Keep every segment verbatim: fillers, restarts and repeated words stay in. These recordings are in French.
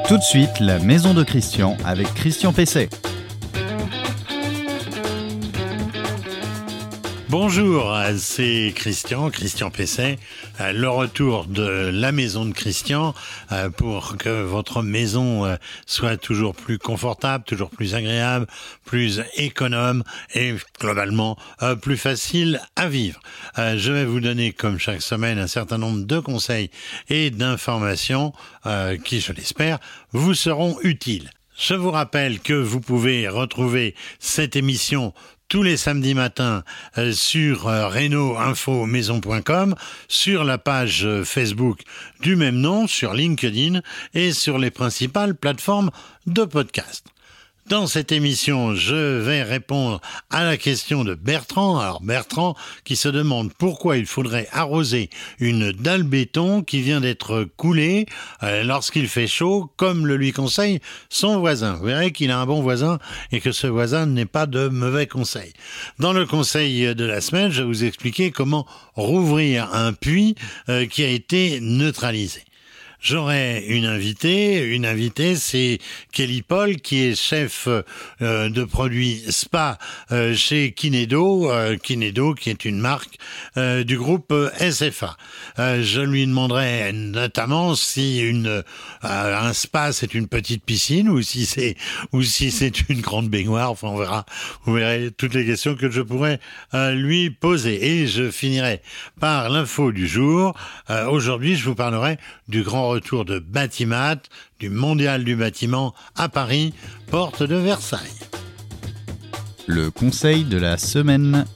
Tout de suite, la maison de Christian avec Christian Pesset. Bonjour, c'est Christian, Christian Pesset, le retour de la maison de Christian pour que votre maison soit toujours plus confortable, toujours plus agréable, plus économe et globalement plus facile à vivre. Je vais vous donner comme chaque semaine un certain nombre de conseils et d'informations qui, je l'espère, vous seront utiles. Je vous rappelle que vous pouvez retrouver cette émission tous les samedis matins euh, sur euh, reno info maison point com, sur la page euh, Facebook du même nom, sur LinkedIn et sur les principales plateformes de podcast. Dans cette émission, je vais répondre à la question de Bertrand. Alors Bertrand qui se demande pourquoi il faudrait arroser une dalle béton qui vient d'être coulée euh, lorsqu'il fait chaud, comme le lui conseille son voisin. Vous verrez qu'il a un bon voisin et que ce voisin n'est pas de mauvais conseils. Dans le conseil de la semaine, je vais vous expliquer comment rouvrir un puits euh, qui a été neutralisé. J'aurai une invitée, une invitée c'est Kelly Paul qui est chef euh, de produits spa euh, chez Kinedo, euh, Kinedo qui est une marque euh, du groupe S F A. Euh, je lui demanderai notamment si une euh, un spa c'est une petite piscine ou si c'est ou si c'est une grande baignoire. Enfin on verra, vous verrez toutes les questions que je pourrais euh, lui poser. Et je finirai par l'info du jour. Euh, aujourd'hui je vous parlerai du grand retour de Batimat, du Mondial du bâtiment à Paris, porte de Versailles. Le conseil de la semaine.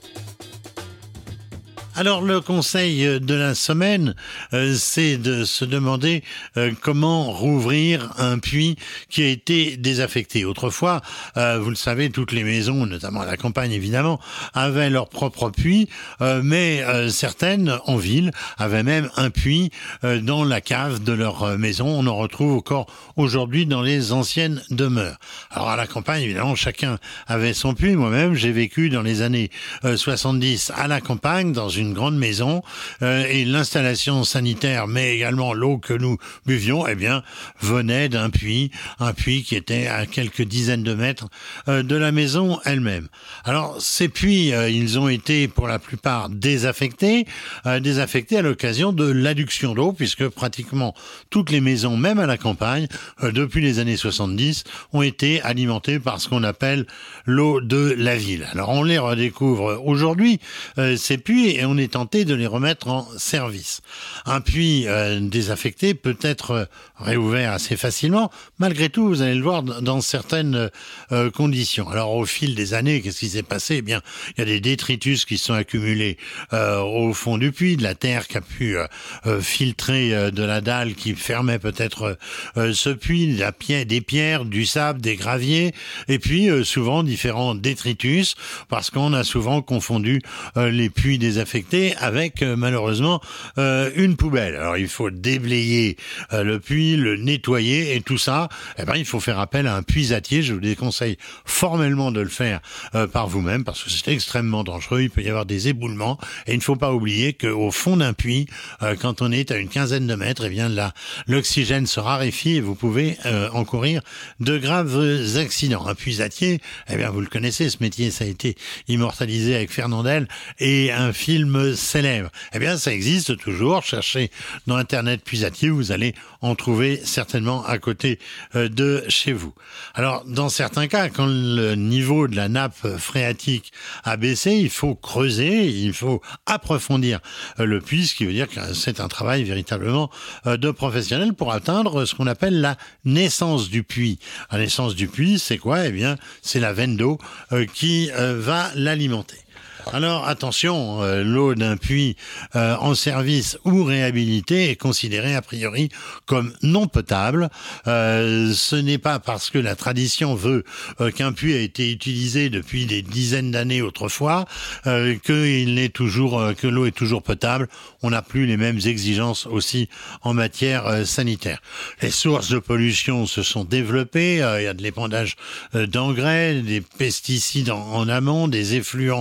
Alors le conseil de la semaine, euh, c'est de se demander euh, comment rouvrir un puits qui a été désaffecté. Autrefois, euh, vous le savez, toutes les maisons, notamment à la campagne évidemment, avaient leur propre puits, euh, mais euh, certaines en ville avaient même un puits euh, dans la cave de leur maison. On en retrouve encore aujourd'hui dans les anciennes demeures. Alors à la campagne, évidemment, chacun avait son puits. Moi-même, j'ai vécu dans les années euh, soixante-dix à la campagne, dans une grande maison, euh, et l'installation sanitaire, mais également l'eau que nous buvions, eh bien, venait d'un puits, un puits qui était à quelques dizaines de mètres euh, de la maison elle-même. Alors, ces puits, euh, ils ont été pour la plupart désaffectés, euh, désaffectés à l'occasion de l'adduction d'eau, puisque pratiquement toutes les maisons, même à la campagne, euh, depuis les années soixante-dix, ont été alimentées par ce qu'on appelle l'eau de la ville. Alors, on les redécouvre aujourd'hui, euh, ces puits, et on est tenté de les remettre en service. Un puits euh, désaffecté peut être réouvert assez facilement. Malgré tout, vous allez le voir dans certaines euh, conditions. Alors, au fil des années, qu'est-ce qui s'est passé ? Eh bien, il y a des détritus qui sont accumulés euh, au fond du puits, de la terre qui a pu euh, filtrer euh, de la dalle qui fermait peut-être euh, ce puits, de la pierre, des pierres, du sable, des graviers, et puis euh, souvent différents détritus, parce qu'on a souvent confondu euh, les puits désaffectés avec euh, malheureusement euh, une poubelle. Alors il faut déblayer euh, le puits, le nettoyer et tout ça, eh ben il faut faire appel à un puisatier. Je vous déconseille formellement de le faire euh, par vous-même parce que c'est extrêmement dangereux. Il peut y avoir des éboulements et il ne faut pas oublier qu'au fond d'un puits, euh, quand on est à une quinzaine de mètres, eh bien là l'oxygène se raréfie et vous pouvez euh, encourir de graves accidents. Un puisatier, eh bien vous le connaissez, ce métier, ça a été immortalisé avec Fernandel et un film célèbre. Eh bien, ça existe toujours. Cherchez dans Internet puisatier, vous allez en trouver certainement à côté euh, de chez vous. Alors, dans certains cas, quand le niveau de la nappe phréatique a baissé, il faut creuser, il faut approfondir euh, le puits, ce qui veut dire que c'est un travail véritablement euh, de professionnel pour atteindre ce qu'on appelle la naissance du puits. La naissance du puits, c'est quoi ? Eh bien, c'est la veine d'eau euh, qui euh, va l'alimenter. Alors attention, euh, l'eau d'un puits euh, en service ou réhabilité est considérée a priori comme non potable. Euh, ce n'est pas parce que la tradition veut euh, qu'un puits a été utilisé depuis des dizaines d'années autrefois euh, qu'il est toujours euh, que l'eau est toujours potable. On n'a plus les mêmes exigences aussi en matière euh, sanitaire. Les sources de pollution se sont développées. Euh, il y a de l'épandage euh, d'engrais, des pesticides en, en amont, des effluents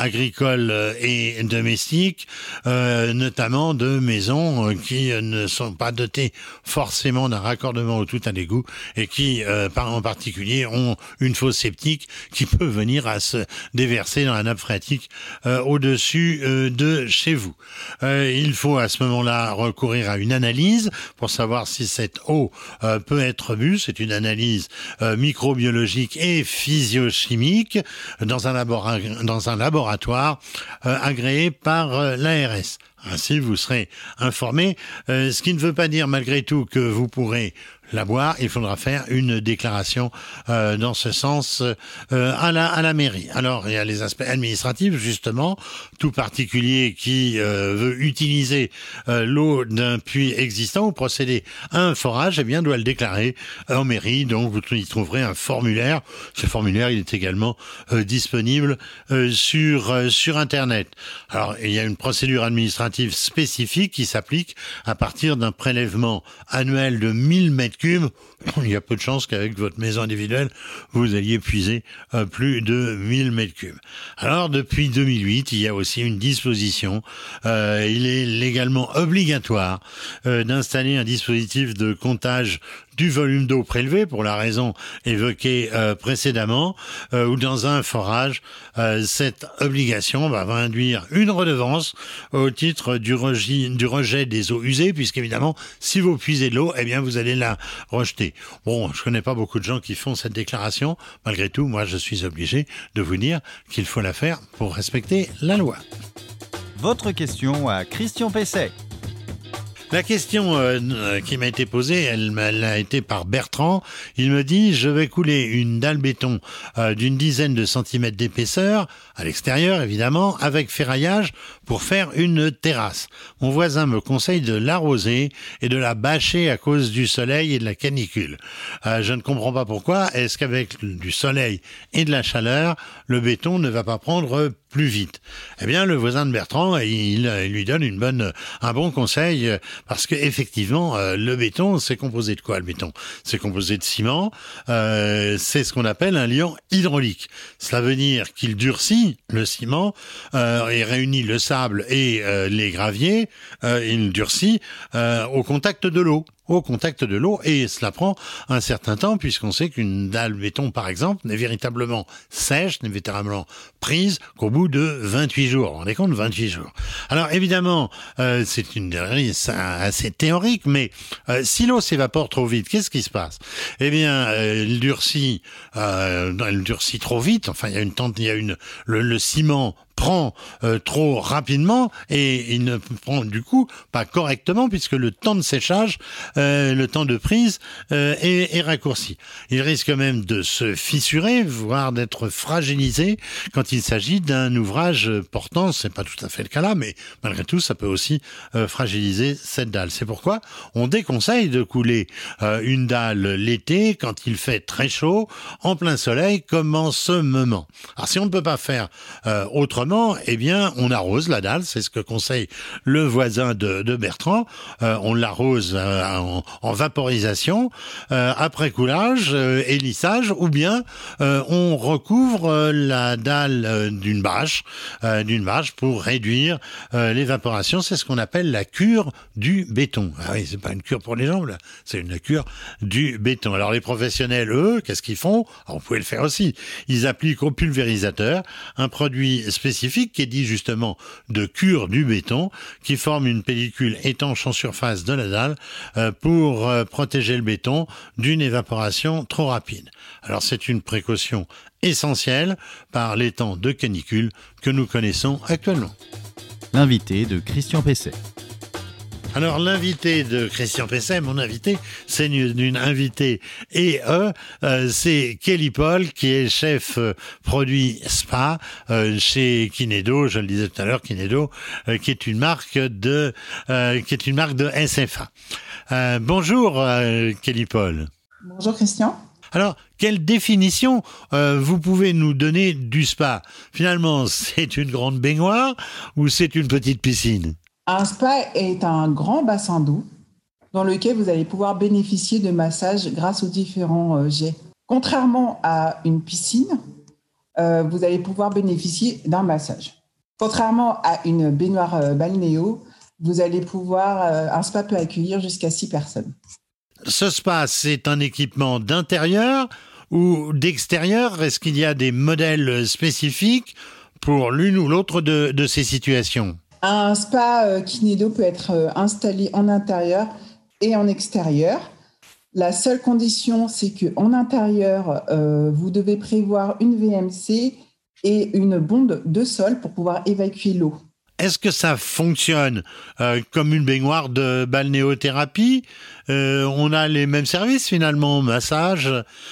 agricoles et domestiques, euh, notamment de maisons qui ne sont pas dotées forcément d'un raccordement au tout à l'égout et qui, euh, en particulier, ont une fosse septique qui peut venir à se déverser dans la nappe phréatique euh, au-dessus euh, de chez vous. Euh, il faut à ce moment-là recourir à une analyse pour savoir si cette eau euh, peut être bue. C'est une analyse euh, microbiologique et physiochimique dans un, labora- dans un laboratoire euh, agréé par euh, l'A R S. Ainsi, vous serez informé, euh, ce qui ne veut pas dire malgré tout que vous pourrez la boire. Il faudra faire une déclaration euh, dans ce sens euh, à la à la mairie. Alors, il y a les aspects administratifs, justement. Tout particulier qui euh, veut utiliser euh, l'eau d'un puits existant ou procéder à un forage, eh bien, doit le déclarer en mairie. Donc, vous y trouverez un formulaire. Ce formulaire, il est également euh, disponible euh, sur euh, sur Internet. Alors, il y a une procédure administrative spécifique qui s'applique à partir d'un prélèvement annuel de mille mètres cubes. Il y a peu de chances qu'avec votre maison individuelle, vous alliez puiser euh, plus de mille mètres cubes. Alors, depuis deux mille huit, il y a aussi une disposition. Euh, il est légalement obligatoire euh, d'installer un dispositif de comptage du volume d'eau prélevé pour la raison évoquée euh, précédemment, euh, ou dans un forage, euh, cette obligation va induire une redevance au titre du rejet, du rejet des eaux usées, puisqu'évidemment, si vous puisez de l'eau, eh bien, vous allez la rejeter. Bon, je connais pas beaucoup de gens qui font cette déclaration. Malgré tout, moi, je suis obligé de vous dire qu'il faut la faire pour respecter la loi. Votre question à Christian Pesset. La question euh, qui m'a été posée, elle, elle a été par Bertrand. Il me dit, je vais couler une dalle béton euh, d'une dizaine de centimètres d'épaisseur, à l'extérieur évidemment, avec ferraillage pour faire une terrasse. Mon voisin me conseille de l'arroser et de la bâcher à cause du soleil et de la canicule. Euh, je ne comprends pas pourquoi. Est-ce qu'avec du soleil et de la chaleur, le béton ne va pas prendre plus vite? Eh bien, le voisin de Bertrand, il, il lui donne une bonne, un bon conseil, parce que effectivement, euh, le béton, c'est composé de quoi, le béton? C'est composé de ciment. Euh, c'est ce qu'on appelle un liant hydraulique. Cela veut dire qu'il durcit le ciment euh, et réunit le sable et euh, les graviers. Euh, il durcit euh, au contact de l'eau. au contact de l'eau, et cela prend un certain temps, puisqu'on sait qu'une dalle béton, par exemple, n'est véritablement sèche, n'est véritablement prise qu'au bout de vingt-huit jours. Vous vous rendez compte, vingt-huit jours. Alors évidemment, euh, c'est une analyse assez théorique, mais euh, si l'eau s'évapore trop vite, qu'est-ce qui se passe? Eh bien, euh, elle durcit, euh, elle durcit trop vite. Enfin, il y a une tente, il y a une le, le ciment prend euh, trop rapidement et il ne prend du coup pas correctement, puisque le temps de séchage, euh, le temps de prise euh, est, est raccourci. Il risque même de se fissurer, voire d'être fragilisé quand il s'agit d'un ouvrage portant. C'est pas tout à fait le cas là, mais malgré tout, ça peut aussi euh, fragiliser cette dalle. C'est pourquoi on déconseille de couler euh, une dalle l'été quand il fait très chaud, en plein soleil, comme en ce moment. Alors si on ne peut pas faire euh, autrement, eh bien, on arrose la dalle, c'est ce que conseille le voisin de, de Bertrand. Euh, on l'arrose euh, en, en vaporisation, euh, après coulage euh, et lissage, ou bien euh, on recouvre euh, la dalle euh, d'une bâche, euh, d'une bâche pour réduire euh, l'évaporation. C'est ce qu'on appelle la cure du béton. Ah oui, c'est pas une cure pour les jambes, là, c'est une cure du béton. Alors les professionnels, eux, qu'est-ce qu'ils font? Alors, vous pouvez le faire aussi. Ils appliquent au pulvérisateur un produit spécifique qui est dit justement de cure du béton, qui forme une pellicule étanche en surface de la dalle euh, pour euh, protéger le béton d'une évaporation trop rapide. Alors c'est une précaution essentielle par les temps de canicule que nous connaissons actuellement. L'invité de Christian Pesset. Alors l'invité de Christian Pesset, mon invité, c'est une invitée et euh, euh, c'est Kelly Paul, qui est chef euh, produit spa euh, chez Kinedo. Je le disais tout à l'heure, Kinedo, euh, qui est une marque de euh, qui est une marque de S F A. Euh, bonjour euh, Kelly Paul. Bonjour Christian. Alors, quelle définition euh, vous pouvez nous donner du spa? Finalement, c'est une grande baignoire ou c'est une petite piscine? Un spa est un grand bassin d'eau dans lequel vous allez pouvoir bénéficier de massages grâce aux différents euh, jets. Contrairement à une piscine, euh, vous allez pouvoir bénéficier d'un massage. Contrairement à une baignoire euh, balnéo, vous allez pouvoir, euh, un spa peut accueillir jusqu'à six personnes. Ce spa, c'est un équipement d'intérieur ou d'extérieur? Est-ce qu'il y a des modèles spécifiques pour l'une ou l'autre de, de ces situations? Un spa euh, Kinedo peut être euh, installé en intérieur et en extérieur. La seule condition, c'est qu'en intérieur, euh, vous devez prévoir une V M C et une bonde de sol pour pouvoir évacuer l'eau. Est-ce que ça fonctionne euh, comme une baignoire de balnéothérapie? euh, On a les mêmes services finalement, massage,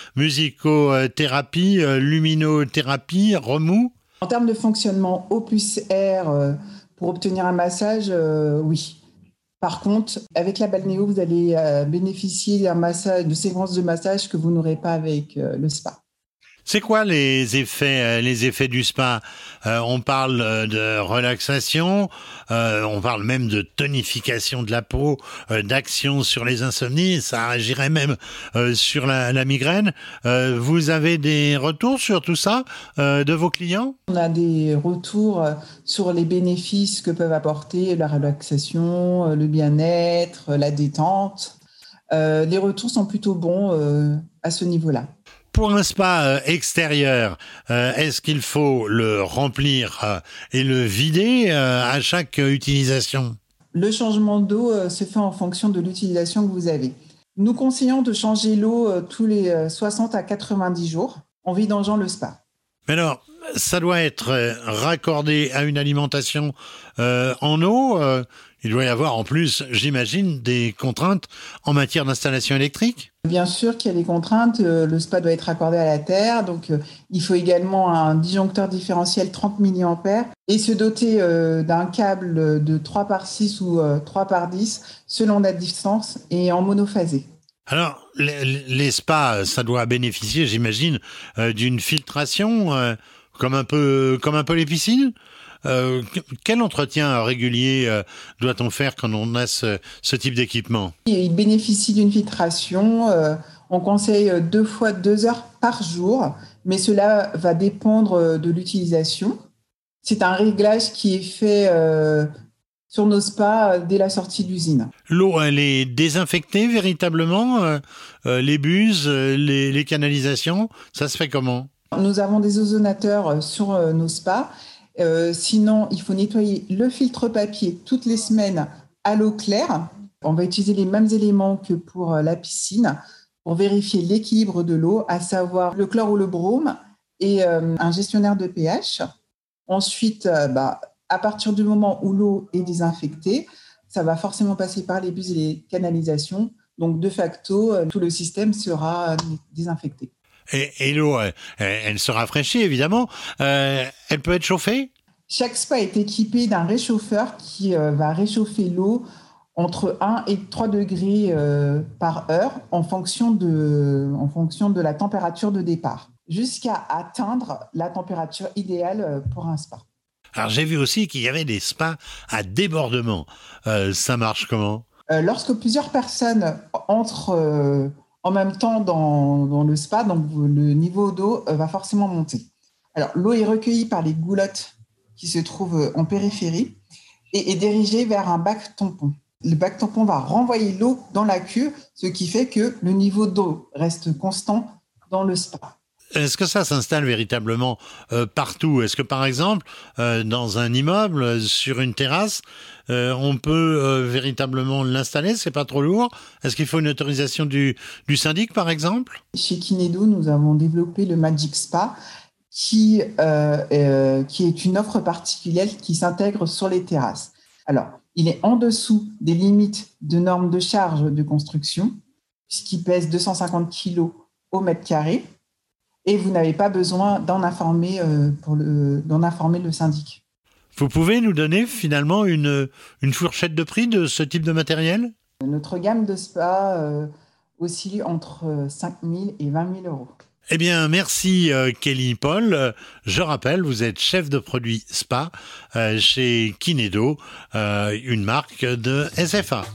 musicothérapie, euh, luminothérapie, remous? En termes de fonctionnement eau plus air, euh, pour obtenir un massage, euh, oui. Par contre, avec la balnéo, vous allez euh, bénéficier d'un massage, de séquences de massage que vous n'aurez pas avec euh, le spa. C'est quoi les effets, les effets du spa? euh, On parle de relaxation, euh, on parle même de tonification de la peau, euh, d'action sur les insomnies, ça agirait même euh, sur la, la migraine. Euh, vous avez des retours sur tout ça euh, de vos clients? On a des retours sur les bénéfices que peuvent apporter la relaxation, le bien-être, la détente. Euh, les retours sont plutôt bons euh, à ce niveau-là. Pour un spa euh, extérieur, euh, est-ce qu'il faut le remplir euh, et le vider euh, à chaque euh, utilisation? Le changement d'eau euh, se fait en fonction de l'utilisation que vous avez. Nous conseillons de changer l'eau euh, tous les euh, soixante à quatre-vingt-dix jours en vidangeant le spa. Mais alors, ça doit être euh, raccordé à une alimentation euh, en eau. Euh, il doit y avoir en plus, j'imagine, des contraintes en matière d'installation électrique? Bien sûr qu'il y a des contraintes. Euh, le spa doit être raccordé à la terre. Donc, euh, il faut également un disjoncteur différentiel trente milliampères et se doter euh, d'un câble de trois par six ou euh, trois par dix selon la distance et en monophasé. Alors, les, les spas, ça doit bénéficier, j'imagine, euh, d'une filtration, euh, comme un peu, comme un peu les piscines. Euh, quel entretien régulier euh, doit-on faire quand on a ce, ce type d'équipement? Il bénéficie d'une filtration. Euh, on conseille deux fois deux heures par jour, mais cela va dépendre de l'utilisation. C'est un réglage qui est fait euh, sur nos spas dès la sortie d'usine. L'eau, elle est désinfectée véritablement, euh, euh, les buses, euh, les, les canalisations, ça se fait comment? Nous avons des ozonateurs sur euh, nos spas. Euh, sinon, il faut nettoyer le filtre papier toutes les semaines à l'eau claire. On va utiliser les mêmes éléments que pour la piscine pour vérifier l'équilibre de l'eau, à savoir le chlore ou le brome et euh, un gestionnaire de pH. Ensuite, euh, bah, à partir du moment où l'eau est désinfectée, ça va forcément passer par les buses et les canalisations. Donc, de facto, euh, tout le système sera désinfecté. Et, et l'eau, elle, elle se rafraîchit évidemment. Euh, elle peut être chauffée? Chaque spa est équipé d'un réchauffeur qui euh, va réchauffer l'eau entre un et trois degrés euh, par heure en fonction, de, en fonction de la température de départ, jusqu'à atteindre la température idéale pour un spa. Alors j'ai vu aussi qu'il y avait des spas à débordement. Euh, ça marche comment? euh, Lorsque plusieurs personnes entrent euh, en même temps dans, dans le spa, donc le niveau d'eau va forcément monter. Alors, l'eau est recueillie par les goulottes qui se trouvent en périphérie et est dirigée vers un bac tampon. Le bac tampon va renvoyer l'eau dans la cuve, ce qui fait que le niveau d'eau reste constant dans le spa. Est-ce que ça s'installe véritablement euh, partout? Est-ce que par exemple, euh, dans un immeuble, sur une terrasse, euh, on peut euh, véritablement l'installer? C'est pas trop lourd? Est-ce qu'il faut une autorisation du, du syndic par exemple? Chez Kinedo, nous avons développé le Magic Spa, qui, euh, euh, qui est une offre particulière qui s'intègre sur les terrasses. Alors, il est en dessous des limites de normes de charge de construction, puisqu'il pèse deux cent cinquante kilos au mètre carré. Et vous n'avez pas besoin d'en informer, euh, pour le, d'en informer le syndic. Vous pouvez nous donner finalement une, une fourchette de prix de ce type de matériel? Notre gamme de spa euh, oscille entre cinq mille et vingt mille euros. Eh bien, merci euh, Kelly Paul. Euh, je rappelle, vous êtes chef de produit spa euh, chez Kinedo, euh, une marque de S F A.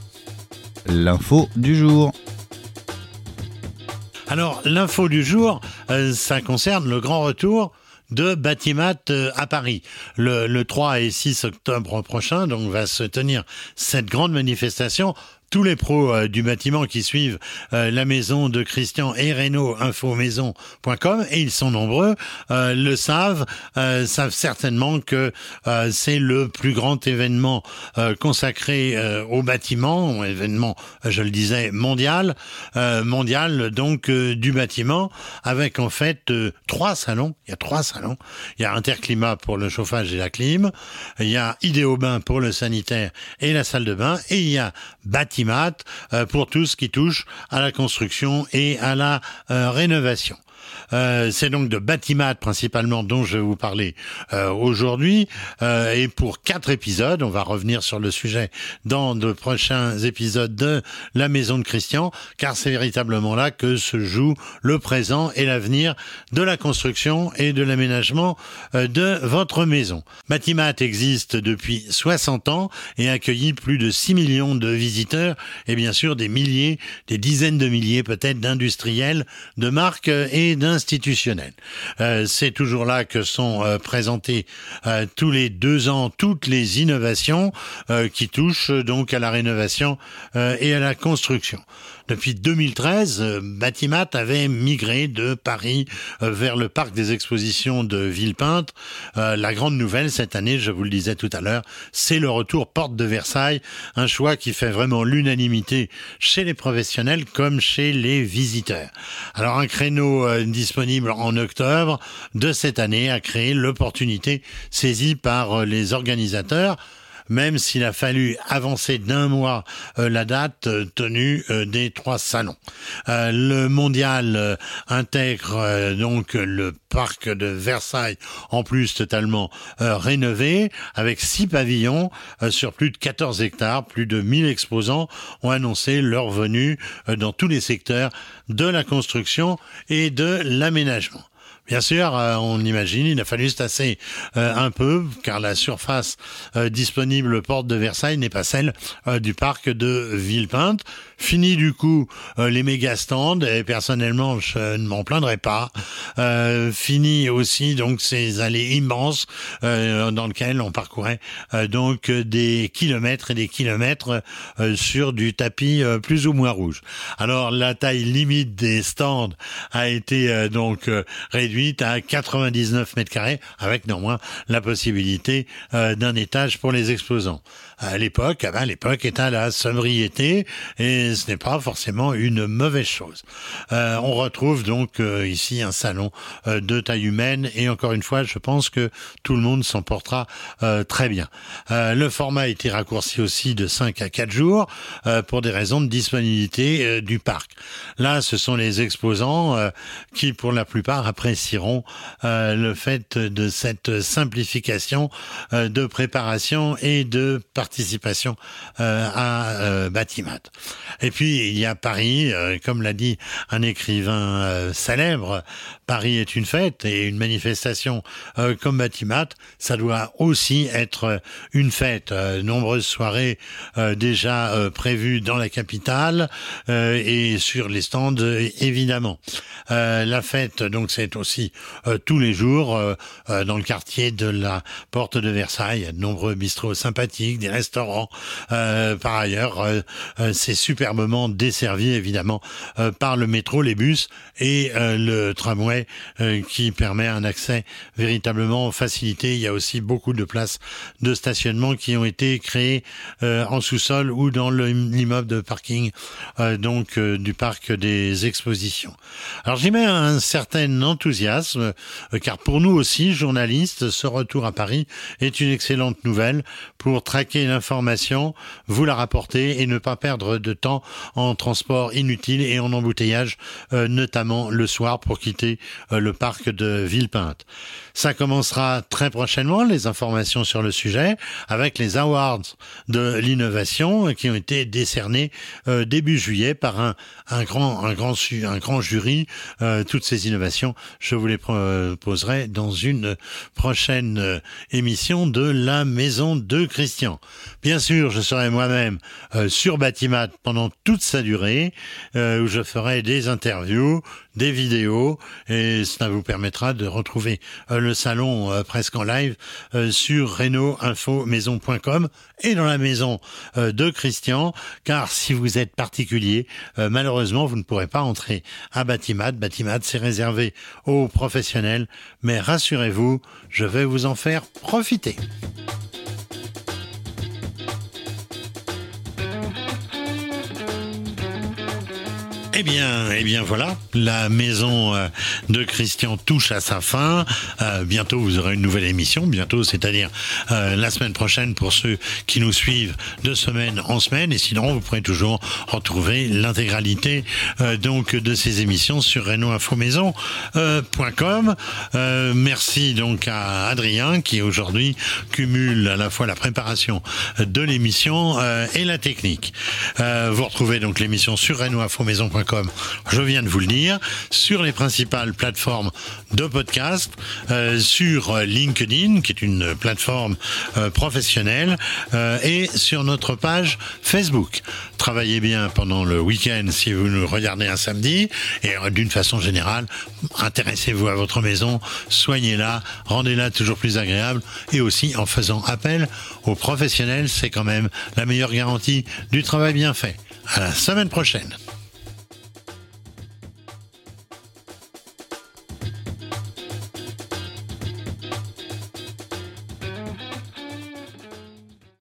L'info du jour. Alors, l'info du jour, euh, ça concerne le grand retour de Batimat à Paris. Le, le trois et six octobre prochain, donc, va se tenir cette grande manifestation. Tous les pros euh, du bâtiment qui suivent euh, la maison de Christian et Reno info maison point com, et ils sont nombreux, euh, le savent, euh, savent certainement que euh, c'est le plus grand événement euh, consacré euh, au bâtiment, événement, je le disais, mondial, euh, mondial donc euh, du bâtiment, avec en fait euh, trois salons. Il y a trois salons. Il y a Interclimat pour le chauffage et la clim, il y a Idéobain pour le sanitaire et la salle de bain, et il y a Bâtiment pour tout ce qui touche à la construction et à la euh, rénovation. Euh, c'est donc de Batimat principalement dont je vais vous parler euh, aujourd'hui, euh, et pour quatre épisodes, on va revenir sur le sujet dans de prochains épisodes de La Maison de Christian, car c'est véritablement là que se joue le présent et l'avenir de la construction et de l'aménagement euh, de votre maison. Batimat existe depuis soixante ans et accueilli plus de six millions de visiteurs et bien sûr des milliers, des dizaines de milliers peut-être d'industriels, de marques et d'institutionnels. Euh, c'est toujours là que sont euh, présentées euh, tous les deux ans toutes les innovations euh, qui touchent euh, donc à la rénovation euh, et à la construction. Depuis deux mille treize, euh, Batimat avait migré de Paris euh, vers le parc des expositions de Villepinte. Euh, la grande nouvelle cette année, je vous le disais tout à l'heure, c'est le retour porte de Versailles, un choix qui fait vraiment l'unanimité chez les professionnels comme chez les visiteurs. Alors un créneau euh, disponible en octobre de cette année a créé l'opportunité saisie par euh, les organisateurs, même s'il a fallu avancer d'un mois euh, la date euh, tenue euh, des trois salons. Euh, le mondial euh, intègre euh, donc le parc de Versailles, en plus totalement euh, rénové, avec six pavillons euh, sur plus de quatorze hectares. Plus de mille exposants ont annoncé leur venue euh, dans tous les secteurs de la construction et de l'aménagement. Bien sûr, euh, on imagine, il a fallu se tasser euh, un peu, car la surface euh, disponible porte de Versailles n'est pas celle euh, du parc de Villepinte. Fini du coup euh, les méga stands, et personnellement je ne m'en plaindrai pas. Euh, fini aussi donc ces allées immenses euh, dans lesquelles on parcourait euh, donc des kilomètres et des kilomètres euh, sur du tapis euh, plus ou moins rouge. Alors la taille limite des stands a été euh, donc euh, réduite à quatre-vingt-dix-neuf mètres carrés, avec néanmoins la possibilité euh, d'un étage pour les exposants. À l'époque, eh ben, l'époque est à la sobriété, et ce n'est pas forcément une mauvaise chose. Euh, on retrouve donc euh, ici un salon euh, de taille humaine, et encore une fois, je pense que tout le monde s'en portera euh, très bien. Euh, le format a été raccourci aussi de cinq à quatre jours euh, pour des raisons de disponibilité euh, du parc. Là, ce sont les exposants euh, qui, pour la plupart, apprécieront euh, le fait de cette simplification euh, de préparation et de participation euh, à euh, Batimat. Et puis il y a Paris, euh, comme l'a dit un écrivain euh, célèbre, Paris est une fête, et une manifestation euh, comme Batimat, ça doit aussi être une fête. Euh, nombreuses soirées euh, déjà euh, prévues dans la capitale euh, et sur les stands euh, évidemment. Euh, la fête donc c'est aussi euh, tous les jours euh, euh, dans le quartier de la Porte de Versailles. Il y a de nombreux bistrots sympathiques, des restaurants. Euh, par ailleurs, euh, euh, c'est superbement desservi évidemment euh, par le métro, les bus et euh, le tramway euh, qui permet un accès véritablement facilité. Il y a aussi beaucoup de places de stationnement qui ont été créées euh, en sous-sol ou dans le, l'immeuble de parking euh, donc euh, du parc des expositions. Alors j'y mets un certain enthousiasme euh, car pour nous aussi journalistes, ce retour à Paris est une excellente nouvelle pour traquer l'information, vous la rapporter et ne pas perdre de temps en transport inutile et en embouteillage, euh, notamment le soir pour quitter euh, le parc de Villepinte. Ça commencera très prochainement, les informations sur le sujet, avec les awards de l'innovation qui ont été décernés euh, début juillet par un, un grand, un grand, un grand jury. Euh, toutes ces innovations, je vous les proposerai dans une prochaine euh, émission de La Maison de Christian. Bien sûr, je serai moi-même euh, sur Batimat pendant toute sa durée, euh, où je ferai des interviews, des vidéos, et cela vous permettra de retrouver euh, le salon euh, presque en live euh, sur reno info maison point com et dans la maison euh, de Christian, car si vous êtes particulier, euh, malheureusement, vous ne pourrez pas entrer à Batimat. Batimat, c'est réservé aux professionnels, mais rassurez-vous, je vais vous en faire profiter. Eh bien, eh bien voilà, la maison euh, de Christian touche à sa fin. Euh, bientôt, vous aurez une nouvelle émission. Bientôt, c'est-à-dire euh, la semaine prochaine pour ceux qui nous suivent de semaine en semaine. Et sinon, vous pourrez toujours retrouver l'intégralité euh, donc de ces émissions sur reno info maison point com. Euh, merci donc à Adrien qui aujourd'hui cumule à la fois la préparation de l'émission euh, et la technique. Euh, vous retrouvez donc l'émission sur reno info maison point com. Comme je viens de vous le dire, sur les principales plateformes de podcast, euh, sur LinkedIn, qui est une plateforme euh, professionnelle, euh, et sur notre page Facebook. Travaillez bien pendant le week-end si vous nous regardez un samedi, et euh, d'une façon générale, intéressez-vous à votre maison, soignez-la, rendez-la toujours plus agréable, et aussi en faisant appel aux professionnels, c'est quand même la meilleure garantie du travail bien fait. À la semaine prochaine.